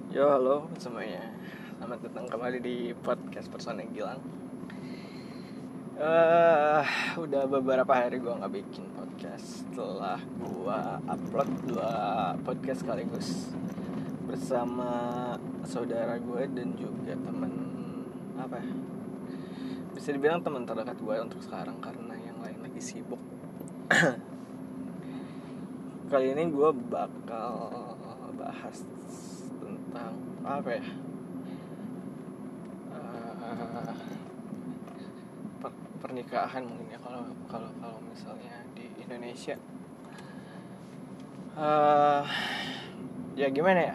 Yo, halo semuanya. Selamat datang kembali di podcast Persona Gilang. Udah beberapa hari gue nggak bikin podcast setelah gue upload 2 podcast sekaligus bersama saudara gue dan juga teman apa ya? Bisa dibilang teman terdekat gue untuk sekarang karena yang lain lagi sibuk. Kali ini gue bakal bahas tentang apa ya? Pernikahan mungkin ya, kalau misalnya di Indonesia uh, ya gimana ya.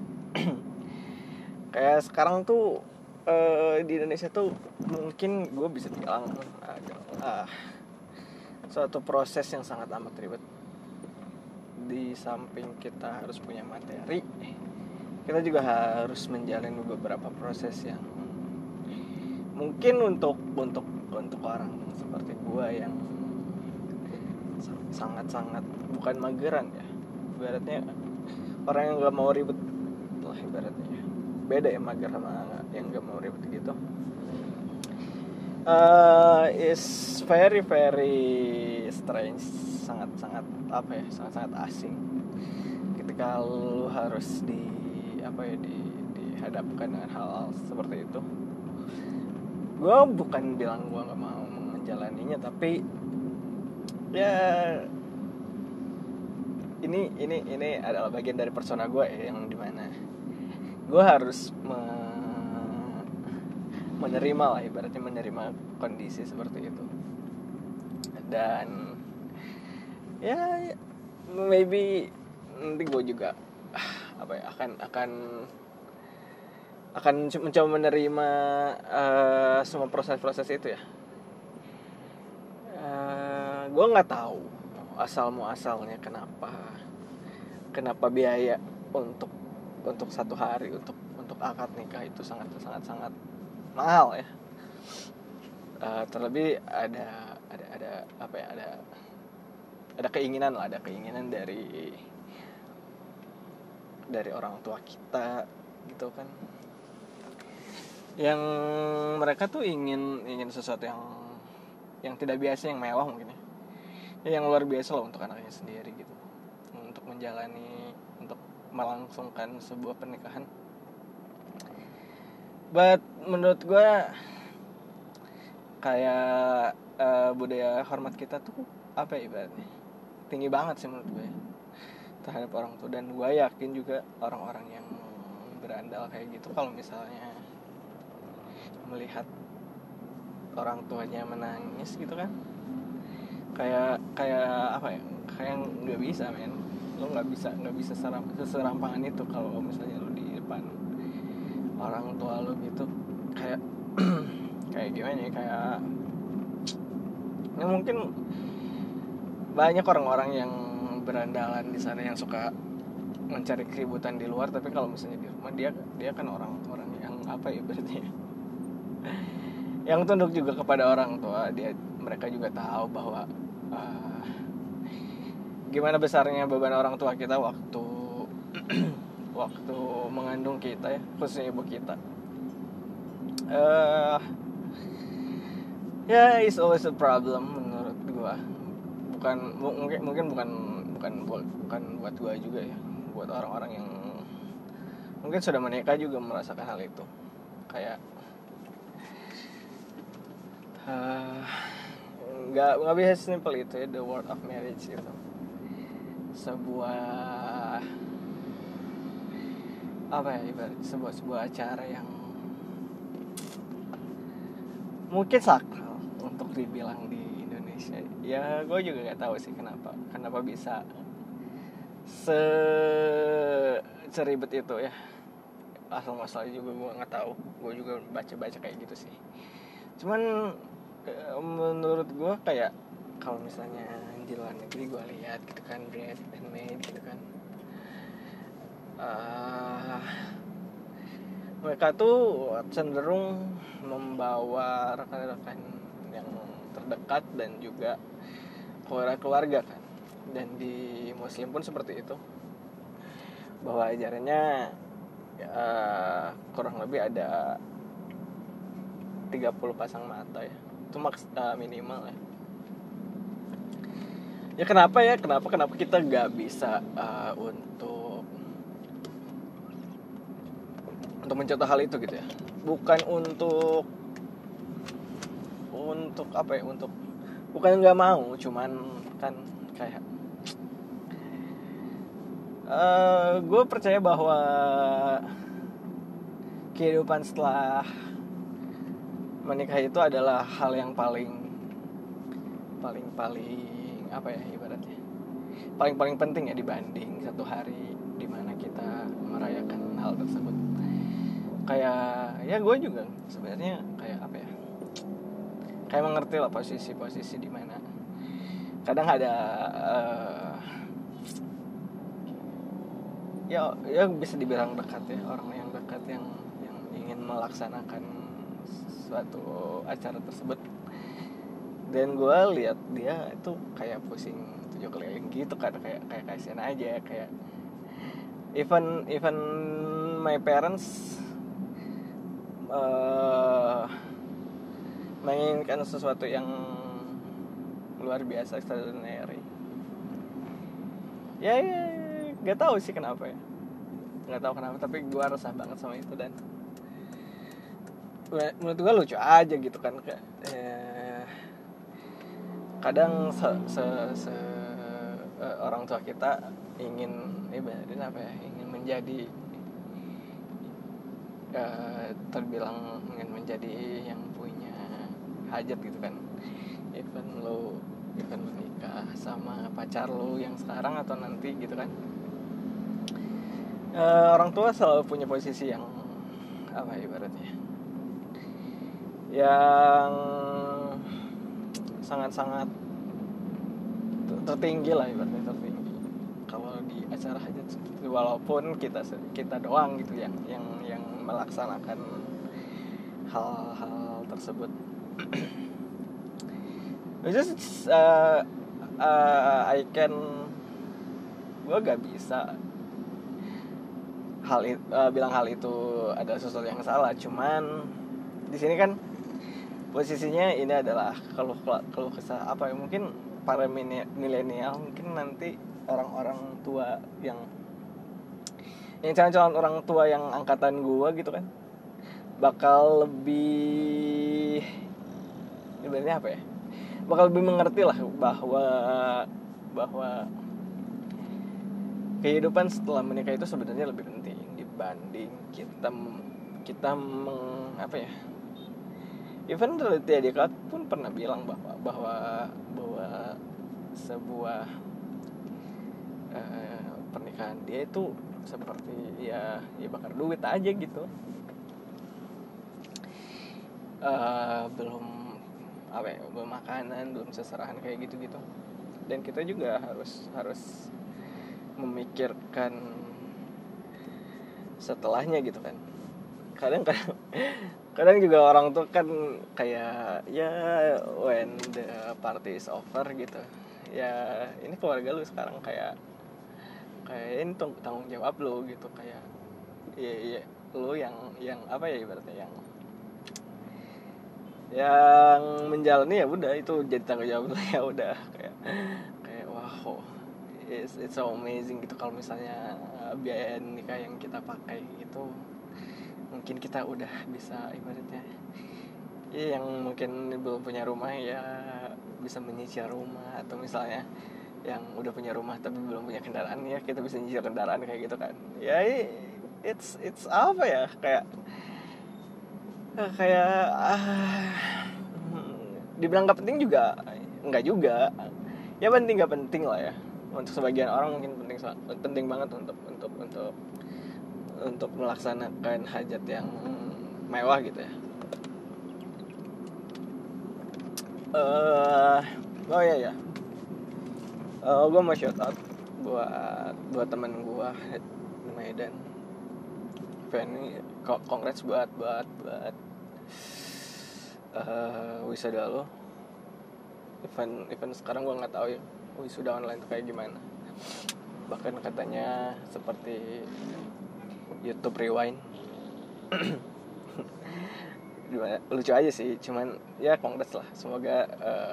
Kayak sekarang tuh di Indonesia tuh mungkin gue bisa bilang adalah suatu proses yang sangat amat ribet. Di samping kita harus punya materi, kita juga harus menjalani beberapa proses yang mungkin untuk orang seperti gue yang sangat-sangat bukan mageran ya, ibaratnya orang yang nggak mau ribet lah ibaratnya. Beda ya mager sama yang nggak mau ribet gitu. Is very very strange, sangat-sangat apa ya, sangat-sangat asing ketika lu harus dihadapkan dengan hal seperti itu. Gue bukan bilang gue nggak mau menjalaninya, tapi ya ini adalah bagian dari persona gue ya, yang dimana gue harus menerima lah ibaratnya, menerima kondisi seperti itu. Dan ya maybe nanti gue juga akan mencoba menerima semua proses-proses itu ya. Gue nggak tahu asal muasalnya kenapa biaya untuk 1 hari untuk akad nikah itu sangat mahal ya. Terlebih ada keinginan dari orang tua kita gitu kan, yang mereka tuh ingin sesuatu yang tidak biasa, yang mewah mungkin ya, yang luar biasa loh untuk anaknya sendiri gitu, untuk melangsungkan sebuah pernikahan. But menurut gue kayak budaya hormat kita tuh apa ya, ibaratnya tinggi banget sih menurut gue terhadap orang tua. Dan gue yakin juga orang-orang yang berandal kayak gitu, kalau misalnya melihat orang tuanya menangis gitu kan, kayak apa ya, kayak nggak bisa lo nggak bisa seserampangan itu kalau misalnya lo di depan orang tua lo gitu. Kayak kayak gimana ya, kayak ya mungkin banyak orang-orang yang berandalan di sana yang suka mencari keributan di luar, tapi kalau misalnya di rumah dia kan orang-orang yang apa ya berarti ya, yang tunduk juga kepada orang tua. Mereka juga tahu bahwa gimana besarnya beban orang tua kita waktu waktu mengandung kita ya, khususnya ibu kita. Ya, it's always a problem menurut gua. Mungkin bukan buat gua juga ya, buat orang-orang yang mungkin sudah menikah juga merasakan hal itu. Kayak nggak bisa simpel itu ya, the word of marriage itu sebuah apa ya, ibarat sebuah acara yang mungkin sakral untuk dibilang di Indonesia ya. Gue juga nggak tahu sih kenapa bisa seribet itu ya, asal masalah juga gue nggak tahu. Gue juga baca kayak gitu sih. Cuman menurut gue kayak kalau misalnya di luar negeri gue lihat gitu kan, bread and made gitu kan, mereka tuh cenderung membawa rekan-rekan yang terdekat dan juga keluarga kan. Dan di Muslim pun seperti itu, bahwa ajarannya kurang lebih ada 30 pasang mata ya, itu minimal ya. Ya kenapa kita nggak bisa untuk mencontoh hal itu gitu ya, bukan untuk apa ya, bukan nggak mau, cuman kan kayak gue percaya bahwa kehidupan setelah menikah itu adalah hal yang paling apa ya ibaratnya, paling penting ya dibanding satu hari di mana kita merayakan hal tersebut. Kayak ya gue juga sebenarnya kayak apa ya, kayak mengerti lah posisi di mana kadang ada ya bisa dibilang dekat ya, orang yang dekat yang ingin melaksanakan suatu acara tersebut, dan gue lihat dia itu kayak pusing 7 keliling gitu kan, kayak kasihan aja, kayak even my parents menginginkan sesuatu yang luar biasa, extraordinary. Ya nggak tahu sih kenapa ya, nggak tahu kenapa, tapi gue resah banget sama itu. Dan menurut gue lucu aja gitu kan, kayak kadang orang tua kita ingin ingin menjadi terbilang ingin menjadi yang punya hajat gitu kan, even lo nikah sama pacar lo yang sekarang atau nanti gitu kan. Orang tua selalu punya posisi yang apa ibaratnya, yang sangat-sangat tertinggi lah, ibaratnya tertinggi kalau di acara hajat seperti, walaupun kita doang gitu yang melaksanakan hal-hal tersebut. Just gue gak bisa bilang hal itu adalah sesuatu yang salah. Cuman di sini kan posisinya ini adalah kalau kesah apa ya, mungkin para milenial, mungkin nanti orang-orang tua yang calon orang tua yang angkatan gue gitu kan, bakal lebih ibaratnya apa ya, bakal lebih mengerti lah bahwa kehidupan setelah menikah itu sebenarnya lebih penting dibanding kita apa ya. Even Raditya Dika pun pernah bilang bahwa sebuah pernikahan dia itu seperti ya bakar duit aja gitu. Belum apa ya, belum makanan, belum seserahan kayak gitu. Dan kita juga harus memikirkan setelahnya gitu kan. Kadang juga orang tuh kan kayak ya when the party is over gitu, ya ini keluarga lu sekarang, kayak ini tanggung jawab lu gitu, kayak iya lu yang apa ya ibaratnya, yang menjalani ya udah, itu jadi tanggung jawab lu ya udah. Kayak wow, it's so amazing gitu kalau misalnya biaya nikah yang kita pakai itu mungkin kita udah bisa ibaratnya ya, yang mungkin belum punya rumah ya bisa menyicil rumah, atau misalnya yang udah punya rumah tapi belum punya kendaraan ya kita bisa nyicil kendaraan kayak gitu kan. Ya it's apa ya, kayak dibilang gak penting juga enggak juga, ya penting gak penting lah ya, untuk sebagian orang mungkin penting banget untuk melaksanakan hajat yang mewah gitu ya. Oh iya ya, gue mau shout out buat temen gue di Medan, Fanny. Congrats buat wisuda lo. Event sekarang gue nggak tahu ya wisuda online tuh kayak gimana. Bahkan katanya seperti YouTube Rewind. Lucu aja sih, cuman ya congrats lah, semoga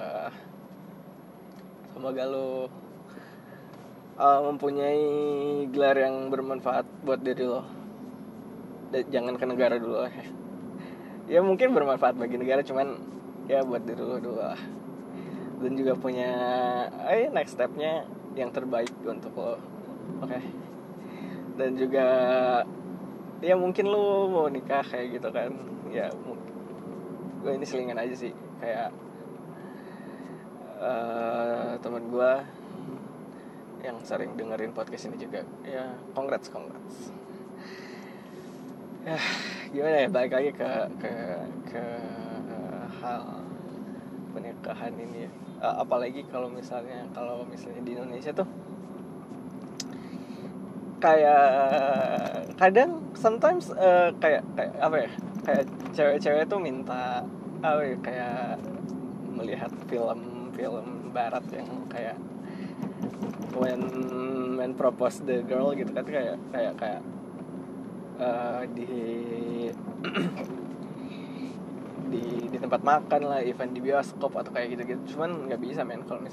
lo mempunyai gelar yang bermanfaat buat diri lo. Jangan ke negara dulu lah ya mungkin bermanfaat bagi negara, cuman ya buat diri lo dulu lah. Dan juga punya next stepnya yang terbaik untuk lo. Oke. Dan juga ya mungkin lo mau nikah kayak gitu kan ya, gue ini selingan aja sih, kayak teman gue yang sering dengerin podcast ini juga ya, congrats ya. Gimana ya, balik lagi ke hal pernikahan ini ya. Apalagi kalau misalnya di Indonesia tuh kayak kadang sometimes kayak apa ya, kayak cewek-cewek tuh minta kayak melihat film barat yang kayak when man propose the girl gitu kan, kayak di tempat makan lah, event di bioskop atau kayak gitu. Cuman nggak bisa men, kalau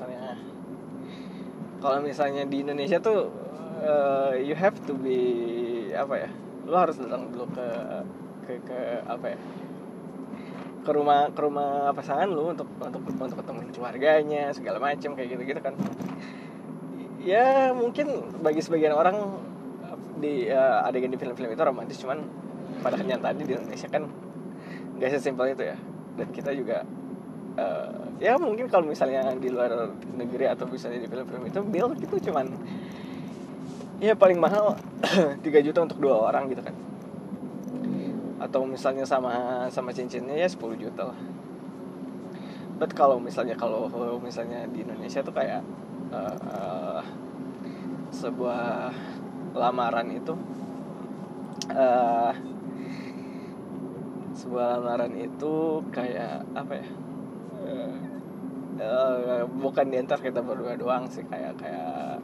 misalnya di Indonesia tuh you have to be apa ya, lo harus datang dulu ke apa ya, ke rumah pasangan lo untuk ketemu keluarganya segala macam kayak gitu kan. Ya mungkin bagi sebagian orang di adegan di film-film itu romantis, cuman pada kenyataannya di Indonesia kan nggak sesimpel itu ya. Dan kita juga ya mungkin kalau misalnya di luar negeri atau misalnya di film-film itu bill gitu cuman ya paling mahal 3 juta untuk 2 orang gitu kan, atau misalnya sama cincinnya ya 10 juta lah. But kalau misalnya di Indonesia tuh kayak sebuah lamaran itu kayak apa ya, bukan diantar kita berdua doang sih, kayak kita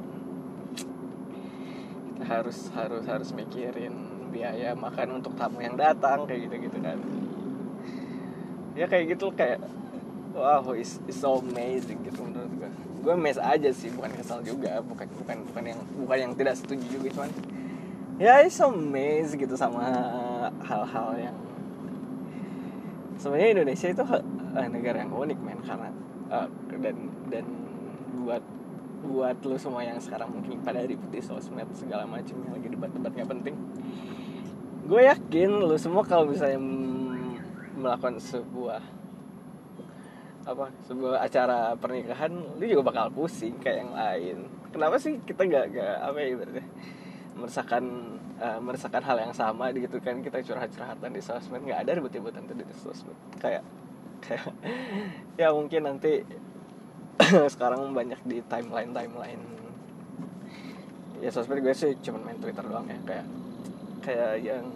harus mikirin biaya makan untuk tamu yang datang kayak gitu kan ya, kayak gitu, kayak wow, it's so amazing gitu menurut gue amazed aja sih, bukan kesal juga, bukan yang tidak setuju juga, cuman ya it's so amazed gitu sama hal-hal yang sebenarnya Indonesia itu negara yang unik men, karena dan buat lo semua yang sekarang mungkin pada ribut di sosmed segala macam yang lagi debat-debat nggak penting, gue yakin lo semua kalau misalnya melakukan sebuah acara pernikahan, lu juga bakal pusing kayak yang lain. Kenapa sih kita gak apa ya ibaratnya meresahkan hal yang sama gitu kan, kita curhat-curhatan di sosmed, nggak ada ribut-ributan tuh di sosmed kayak ya mungkin nanti sekarang banyak di timeline ya sosmed. Gue sih cuma main Twitter doang ya, kayak yang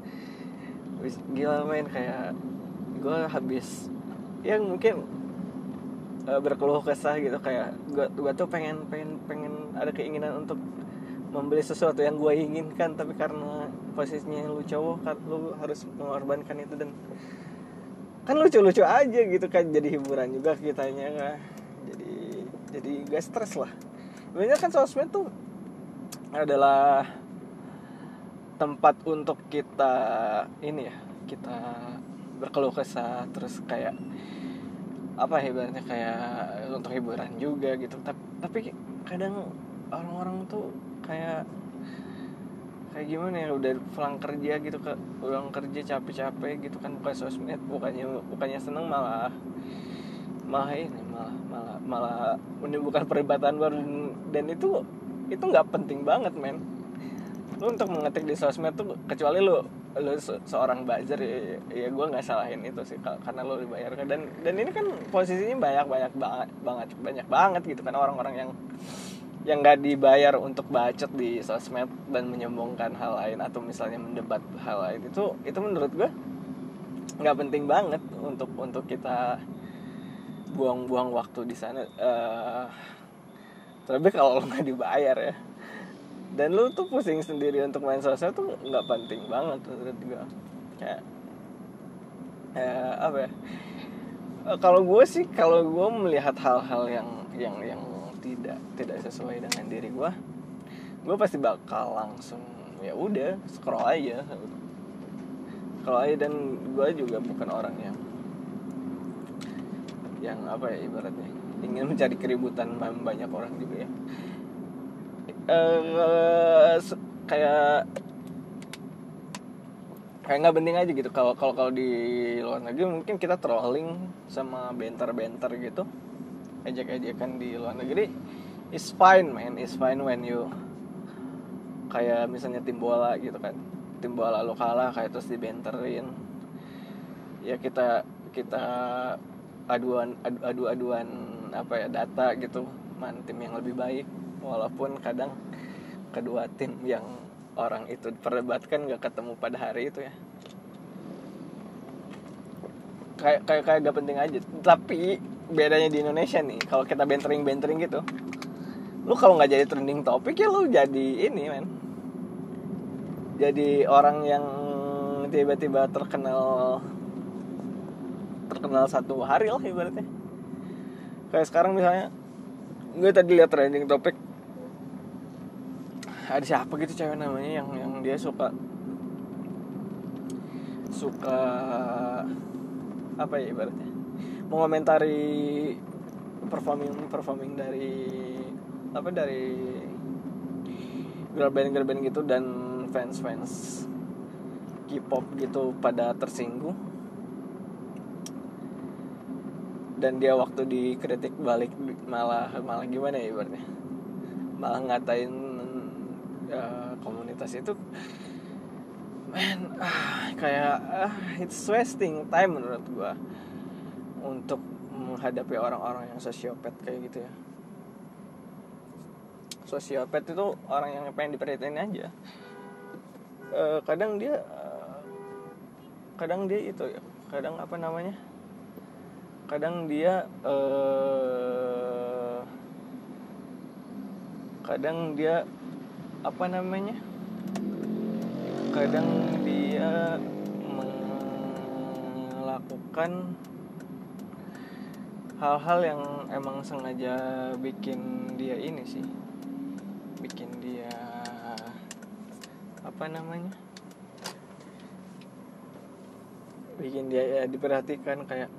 gila main, kayak gue habis yang mungkin berkeluh kesah gitu, kayak gue tuh pengen ada keinginan untuk membeli sesuatu yang gue inginkan, tapi karena posisinya lu cowok kan lu harus mengorbankan itu, dan kan lucu-lucu aja gitu kan, jadi hiburan juga kitanya kan, jadi gak stres lah. Sebenarnya kan sosmed tuh adalah tempat untuk kita ini ya, kita berkeluh kesah, terus kayak apa ibaratnya kayak untuk hiburan juga gitu. Tapi kadang orang-orang tuh kayak gimana ya, udah pulang kerja gitu, pulang kerja capek-capek gitu kan, buka sosmed, bukannya seneng malah menimbulkan perdebatan baru, dan itu nggak penting banget men. Lu untuk mengetik di sosmed tuh, kecuali lu seorang buzzer ya gue nggak salahin itu sih, karena lu dibayar kan, dan ini kan posisinya banyak banget gitu kan orang-orang yang nggak dibayar untuk bacot di sosmed dan menyombongkan hal lain atau misalnya mendebat hal lain. Itu menurut gue nggak penting banget untuk kita buang-buang waktu di sana, terlebih kalau lo nggak dibayar ya. Dan lu tuh pusing sendiri untuk main sosmed tuh nggak penting banget menurut gue. Kayak apa ya, kalau gue melihat hal-hal yang tidak sesuai dengan diri gue pasti bakal langsung ya udah scroll aja. Dan gue juga bukan orang yang apa ya, ibaratnya ingin mencari keributan banyak orang juga ya. Kayak nggak penting aja gitu. Kalau di luar negeri mungkin kita trolling sama banter gitu, ejek-ejekan di luar negeri is fine man, is fine when you kayak misalnya tim bola gitu kan, tim bola lo kalah kayak terus dibenterin ya, kita aduan apa ya, data gitu, mana tim yang lebih baik, walaupun kadang kedua tim yang orang itu perdebatkan gak ketemu pada hari itu ya. Kayak gak penting aja. Tapi bedanya di Indonesia nih, kalau kita bentering gitu, lu kalau nggak jadi trending topik ya lu jadi ini man, jadi orang yang tiba-tiba terkenal satu hari lah ibaratnya. Kayak sekarang misalnya gue tadi lihat trending topik, ada siapa gitu cewek namanya yang dia suka apa ya ibaratnya, mengomentari performing dari girl band gitu, dan fans K-pop gitu pada tersinggung, dan dia waktu dikritik balik malah gimana ya ibaratnya, malah ngatain komunitas itu. Man, kayak it's wasting time menurut gua untuk menghadapi orang-orang yang sosiopat kayak gitu ya. Sosiopat itu orang yang pengen diperhatiin aja. Kadang dia itu ya, kadang apa namanya, kadang dia apa namanya, kadang dia melakukan hal-hal yang emang sengaja bikin dia ini sih, bikin dia apa namanya, bikin dia ya diperhatikan, kayak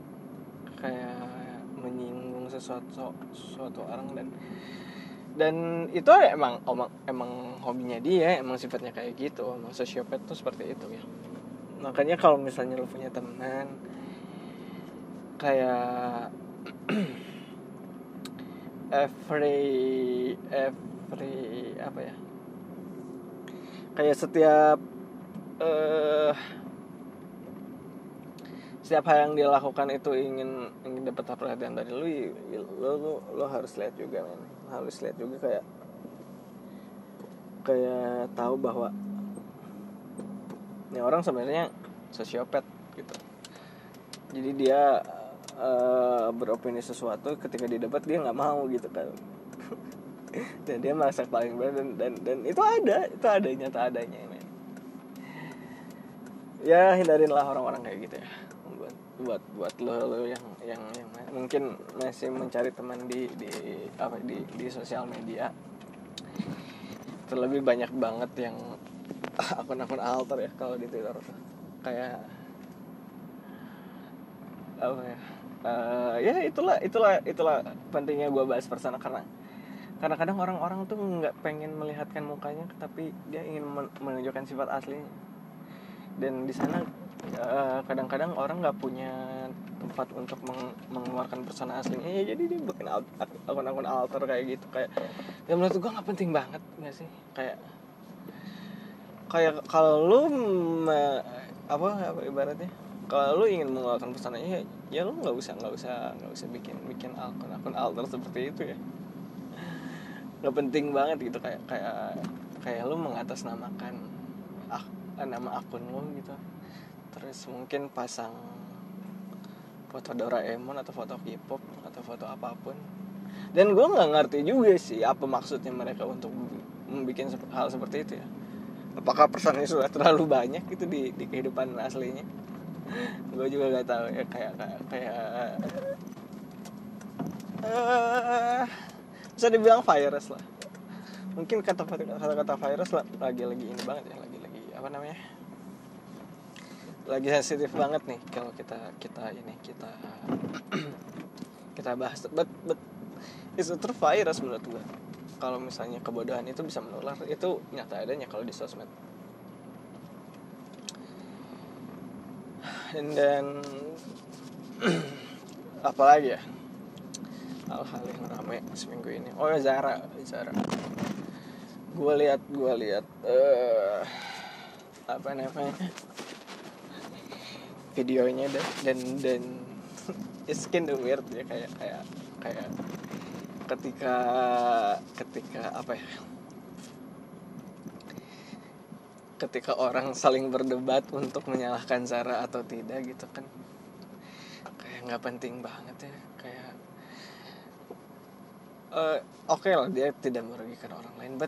menyinggung sesuatu orang, dan itu emang hobinya dia, emang sifatnya kayak gitu. Emang sosiopat tuh seperti itu ya. Makanya kalau misalnya lu punya teman kayak every apa ya, kayak setiap hal yang dia lakukan itu ingin dapat perhatian dari lu, lu harus lihat juga men, harus lihat juga kayak tahu bahwa ini orang sebenarnya sosiopat gitu. Jadi dia beropini sesuatu, ketika didapat dia nggak mau gitu kan. Dan dia merasa paling benar, dan itu nyata adanya men. Ya hindarinlah orang-orang kayak gitu ya, buat lo yang mungkin masih mencari teman di sosial media. Terlebih banyak banget yang akun-akun alter ya kalau di Twitter tuh, kayak apa ya, ya itulah pentingnya gue bahas persona, karena kadang orang-orang tuh nggak pengen melihatkan mukanya, tapi dia ingin menunjukkan sifat aslinya. Dan di sana kadang-kadang orang nggak punya tempat untuk mengeluarkan persona aslinya ya, jadi dia bikin akun-akun alter kayak gitu. Kayak ya menurut gue nggak penting banget nggak sih, kayak kalau lu apa ibaratnya, kalau lu ingin mengeluarkan personanya ya lu nggak usah bikin akun alter seperti itu ya. Nggak penting banget gitu, kayak lu mengatasnamakan nama akun lu gitu, terus mungkin pasang foto Doraemon atau foto K-pop atau foto apapun. Dan gue nggak ngerti juga sih apa maksudnya mereka untuk membuat hal seperti itu ya? Apakah personnya sudah terlalu banyak gitu di kehidupan aslinya? Gue juga gak tahu ya, kayak bisa dibilang virus lah. Mungkin kata virus lah, lagi ini banget ya, lagi apa namanya, lagi sensitif banget nih kalau kita bahas. But it's a true virus menurut gue. Kalau misalnya kebodohan itu bisa menular, itu nyata adanya kalau di sosmed. Dan apalagi ya hal-hal yang rame seminggu ini. Oh ya, Zara. Gue lihat apa namanya, videonya dan it's kind of weird ya, kayak ketika apa ya, ketika orang saling berdebat untuk menyalahkan Zara atau tidak gitu kan, kayak nggak penting banget ya, kayak oke lah dia tidak merugikan orang lain, but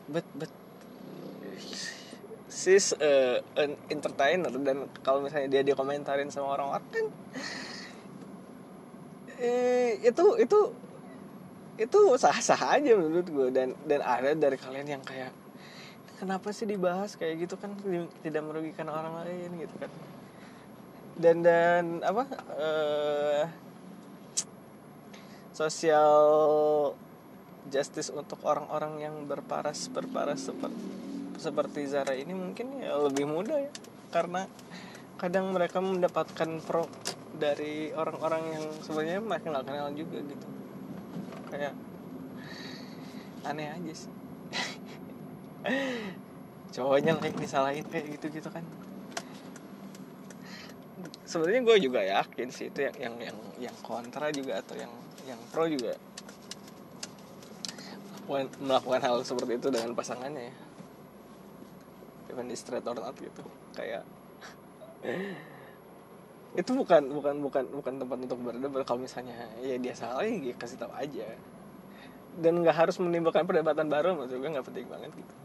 she's an entertainer, dan kalau misalnya dia dikomentarin sama orang-orang kan itu sah-sah aja menurut gue. Dan ada dari kalian yang kayak, kenapa sih dibahas kayak gitu kan, tidak merugikan orang lain gitu kan. Dan apa, sosial justice untuk orang-orang yang berparas seperti Zara ini mungkin ya lebih mudah ya, karena kadang mereka mendapatkan pro dari orang-orang yang sebenarnya mereka nggak kenal juga gitu. Kayak aneh aja sih. Cowoknya like disalahin kayak gitu kan. Sebenarnya gue juga yakin sih itu yang kontra juga atau yang pro juga melakukan hal seperti itu dengan pasangannya ya, even di straight or not gitu. Kayak itu bukan tempat untuk berdebat. Kalau misalnya ya dia salah ya kasih tahu aja, dan nggak harus menimbulkan perdebatan baru. Maksud gue nggak penting banget gitu.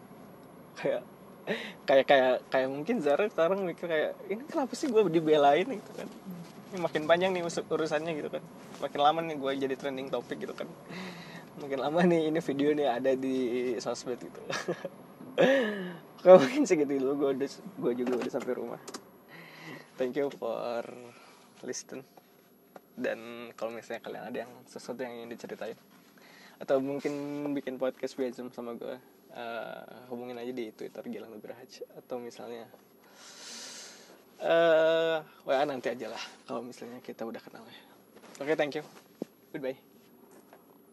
Kayak mungkin Zara sekarang mikir kayak, ini kenapa sih gue dibelain gitu kan, ini makin panjang nih urusannya gitu kan, makin lama nih gue jadi trending topik gitu kan, makin lama nih ini video nih ada di sosmed gitu. Oke, mungkin segitu dulu. Gue juga udah sampai rumah. Thank you for listen. Dan kalau misalnya kalian ada yang sesuatu yang ingin diceritain atau mungkin bikin podcast via Zoom sama gue, hubungin aja di Twitter Gilang Nugraha, atau misalnya WA nanti aja lah kalau misalnya kita udah kenal ya. Oke, thank you. Goodbye.